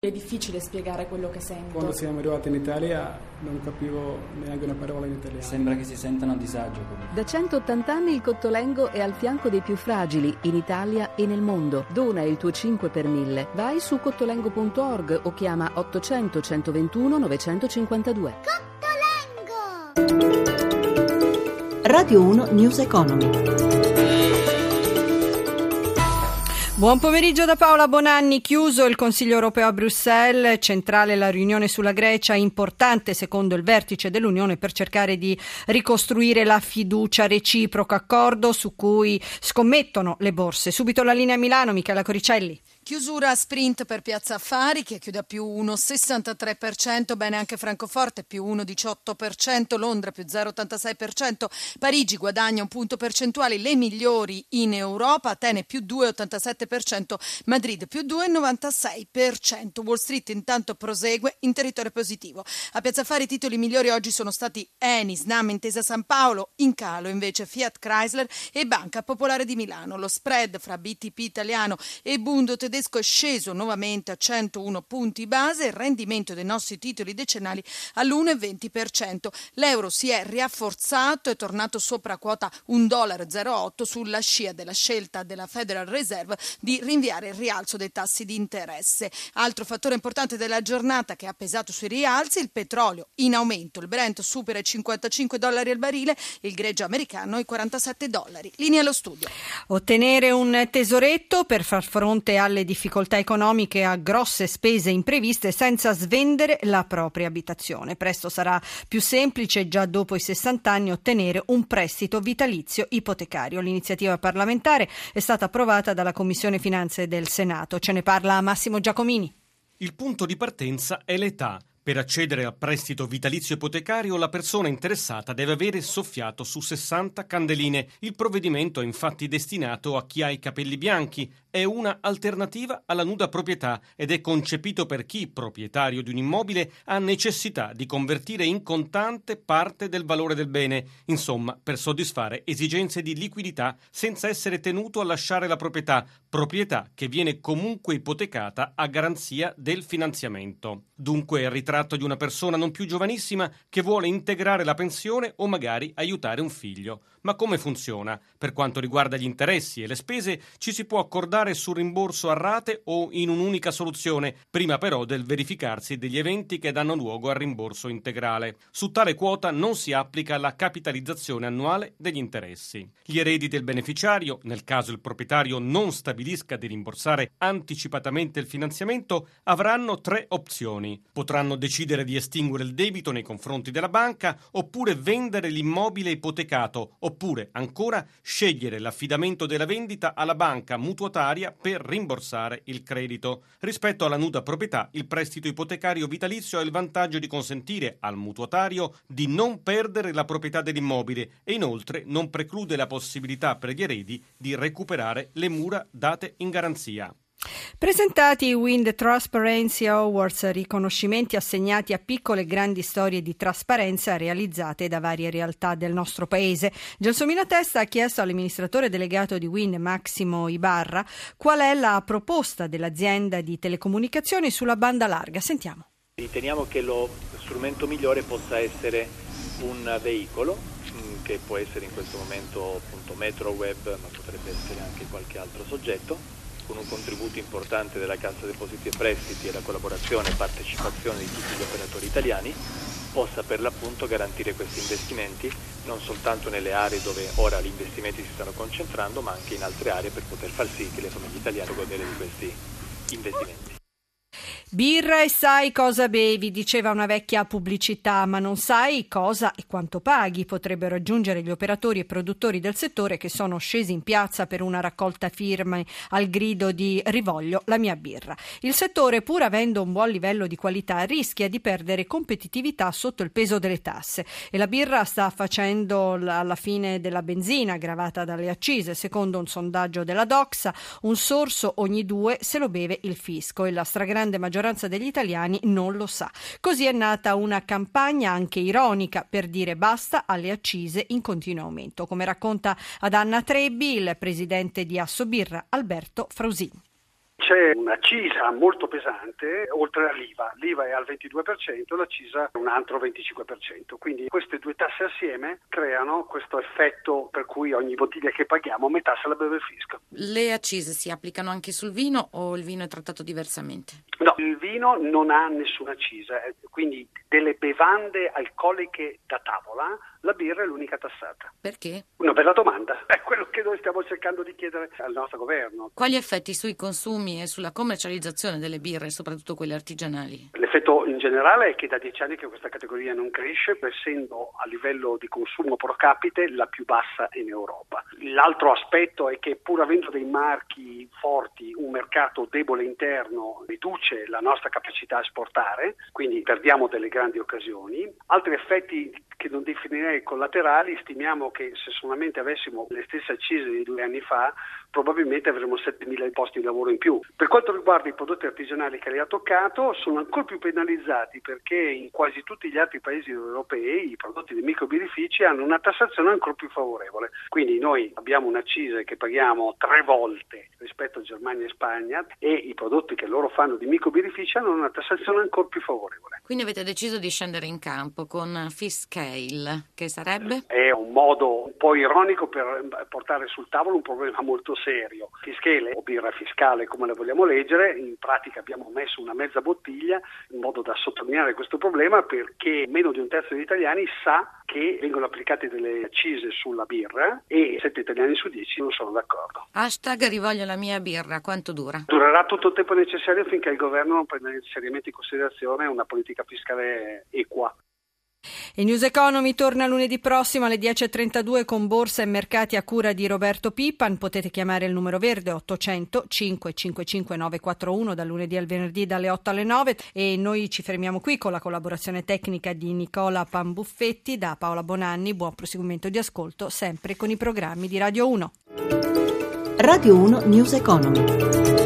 È difficile spiegare quello che sento. Quando siamo arrivati in Italia non capivo neanche una parola in italiano. Sembra che si sentano a disagio. Da 180 anni il Cottolengo è al fianco dei più fragili in Italia e nel mondo. Dona il tuo 5 per 1000. Vai su cottolengo.org o chiama 800 121 952. Cottolengo! Radio 1 News Economy. Buon pomeriggio da Paola Bonanni. Chiuso il Consiglio europeo a Bruxelles, centrale la riunione sulla Grecia, importante secondo il vertice dell'Unione per cercare di ricostruire la fiducia reciproca, accordo su cui scommettono le borse. Subito la linea Milano, Michela Coricelli. Chiusura sprint per Piazza Affari che chiude a più 1,63%, bene anche Francoforte più 1,18%, Londra più 0,86%, Parigi guadagna un punto percentuale, le migliori in Europa, Atene più 2,87%, Madrid più 2,96%. Wall Street intanto prosegue in territorio positivo. A Piazza Affari i titoli migliori oggi sono stati Eni, Snam, Intesa San Paolo, in calo invece Fiat Chrysler e Banca Popolare di Milano. Lo spread fra BTP italiano e Bundo tedesco è sceso nuovamente a 101 punti base, il rendimento dei nostri titoli decennali all'1,20%. L'euro si è rafforzato, è tornato sopra quota $1,08 sulla scia della scelta della Federal Reserve di rinviare il rialzo dei tassi di interesse. Altro fattore importante della giornata che ha pesato sui rialzi, il petrolio in aumento, il Brent supera i $55 al barile, il greggio americano i $47. Linea allo studio. Ottenere un tesoretto per far fronte alle difficoltà economiche e a grosse spese impreviste senza svendere la propria abitazione. Presto sarà più semplice, già dopo i 60 anni, ottenere un prestito vitalizio ipotecario. L'iniziativa parlamentare è stata approvata dalla Commissione Finanze del Senato. Ce ne parla Massimo Giacomini. Il punto di partenza è l'età. Per accedere al prestito vitalizio ipotecario la persona interessata deve avere soffiato su 60 candeline. Il provvedimento è infatti destinato a chi ha i capelli bianchi. È una alternativa alla nuda proprietà ed è concepito per chi, proprietario di un immobile, ha necessità di convertire in contante parte del valore del bene. Insomma, per soddisfare esigenze di liquidità senza essere tenuto a lasciare la proprietà che viene comunque ipotecata a garanzia del finanziamento. Dunque, il ritratto di una persona non più giovanissima che vuole integrare la pensione o magari aiutare un figlio. Ma come funziona? Per quanto riguarda gli interessi e le spese, ci si può accordare sul rimborso a rate o in un'unica soluzione, prima però del verificarsi degli eventi che danno luogo al rimborso integrale. Su tale quota non si applica la capitalizzazione annuale degli interessi. Gli eredi del beneficiario, nel caso il proprietario non stabilisca di rimborsare anticipatamente il finanziamento, avranno 3 opzioni. Potranno decidere di estinguere il debito nei confronti della banca oppure vendere l'immobile ipotecato oppure ancora scegliere l'affidamento della vendita alla banca mutuataria per rimborsare il credito. Rispetto alla nuda proprietà, il prestito ipotecario vitalizio ha il vantaggio di consentire al mutuatario di non perdere la proprietà dell'immobile e inoltre non preclude la possibilità per gli eredi di recuperare le mura date in garanzia. Presentati i Wind Transparency Awards, riconoscimenti assegnati a piccole e grandi storie di trasparenza realizzate da varie realtà del nostro paese. Gelsomino Testa ha chiesto all'amministratore delegato di Wind, Massimo Ibarra, qual è la proposta dell'azienda di telecomunicazioni sulla banda larga. Sentiamo. Riteniamo che lo strumento migliore possa essere un veicolo che può essere in questo momento appunto MetroWeb, ma potrebbe essere anche qualche altro soggetto, con un contributo importante della Cassa Depositi e Prestiti e la collaborazione e partecipazione di tutti gli operatori italiani, possa per l'appunto garantire questi investimenti non soltanto nelle aree dove ora gli investimenti si stanno concentrando, ma anche in altre aree per poter far sì che le famiglie italiane godere di questi investimenti. Birra e sai cosa bevi, diceva una vecchia pubblicità, ma non sai cosa e quanto paghi, potrebbero aggiungere gli operatori e produttori del settore che sono scesi in piazza per una raccolta firme al grido di "rivoglio la mia birra". Il settore, pur avendo un buon livello di qualità, rischia di perdere competitività sotto il peso delle tasse e la birra sta facendo alla fine della benzina gravata dalle accise. Secondo un sondaggio della Doxa, un sorso ogni 2 se lo beve il fisco e la stragrande maggioranza degli italiani non lo sa. Così è nata una campagna anche ironica per dire basta alle accise in continuo aumento, come racconta ad Anna Trebbi il presidente di Assobirra, Alberto Frausini. C'è un'accisa molto pesante, oltre all'IVA. L'IVA è al 22%, l'accisa è un altro 25%. Quindi queste due tasse assieme creano questo effetto per cui ogni bottiglia che paghiamo metà se la beve il fisco. Le accise si applicano anche sul vino o il vino è trattato diversamente? No, il vino non ha nessuna accisa, quindi delle bevande alcoliche da tavola, la birra è l'unica tassata. Perché? Una bella domanda, è quello che noi stiamo cercando di chiedere al nostro governo. Quali effetti sui consumi e sulla commercializzazione delle birre, soprattutto quelle artigianali? L'effetto in generale è che da 10 anni che questa categoria non cresce, essendo a livello di consumo pro capite la più bassa in Europa. L'altro aspetto è che pur avendo dei marchi forti, un mercato debole interno riduce la nostra capacità a esportare, quindi perdiamo delle grandi occasioni. Altri effetti che non definirei collaterali, stimiamo che se solamente avessimo le stesse accise di 2 anni fa, probabilmente avremmo 7.000 posti di lavoro in più. Per quanto riguarda i prodotti artigianali che lei ha toccato, sono ancora più penalizzati perché in quasi tutti gli altri paesi europei i prodotti dei microbirrifici hanno una tassazione ancora più favorevole. Quindi noi abbiamo un'accisa che paghiamo 3 volte rispetto a Germania e Spagna e i prodotti che loro fanno di microbirrifici hanno una tassazione ancora più favorevole. Quindi avete deciso di scendere in campo con Fiscale, che sarebbe? È un modo un po' ironico per portare sul tavolo un problema molto serio. Fiscale o birra fiscale, come la vogliamo leggere, in pratica abbiamo messo una mezza bottiglia in modo da sottolineare questo problema perché meno di un terzo degli italiani sa che vengono applicate delle accise sulla birra e 7 italiani su 10 non sono d'accordo. Hashtag rivoglio la mia birra, quanto dura? Durerà tutto il tempo necessario finché il governo non prende seriamente in considerazione una politica fiscale equa. Il News Economy torna lunedì prossimo alle 10.32 con Borsa e Mercati a cura di Roberto Pippan. Potete chiamare il numero verde 800 555 941 dal lunedì al venerdì dalle 8 alle 9 e noi ci fermiamo qui con la collaborazione tecnica di Nicola Pambuffetti. Da Paola Bonanni, buon proseguimento di ascolto sempre con i programmi di Radio 1. Radio 1 News Economy.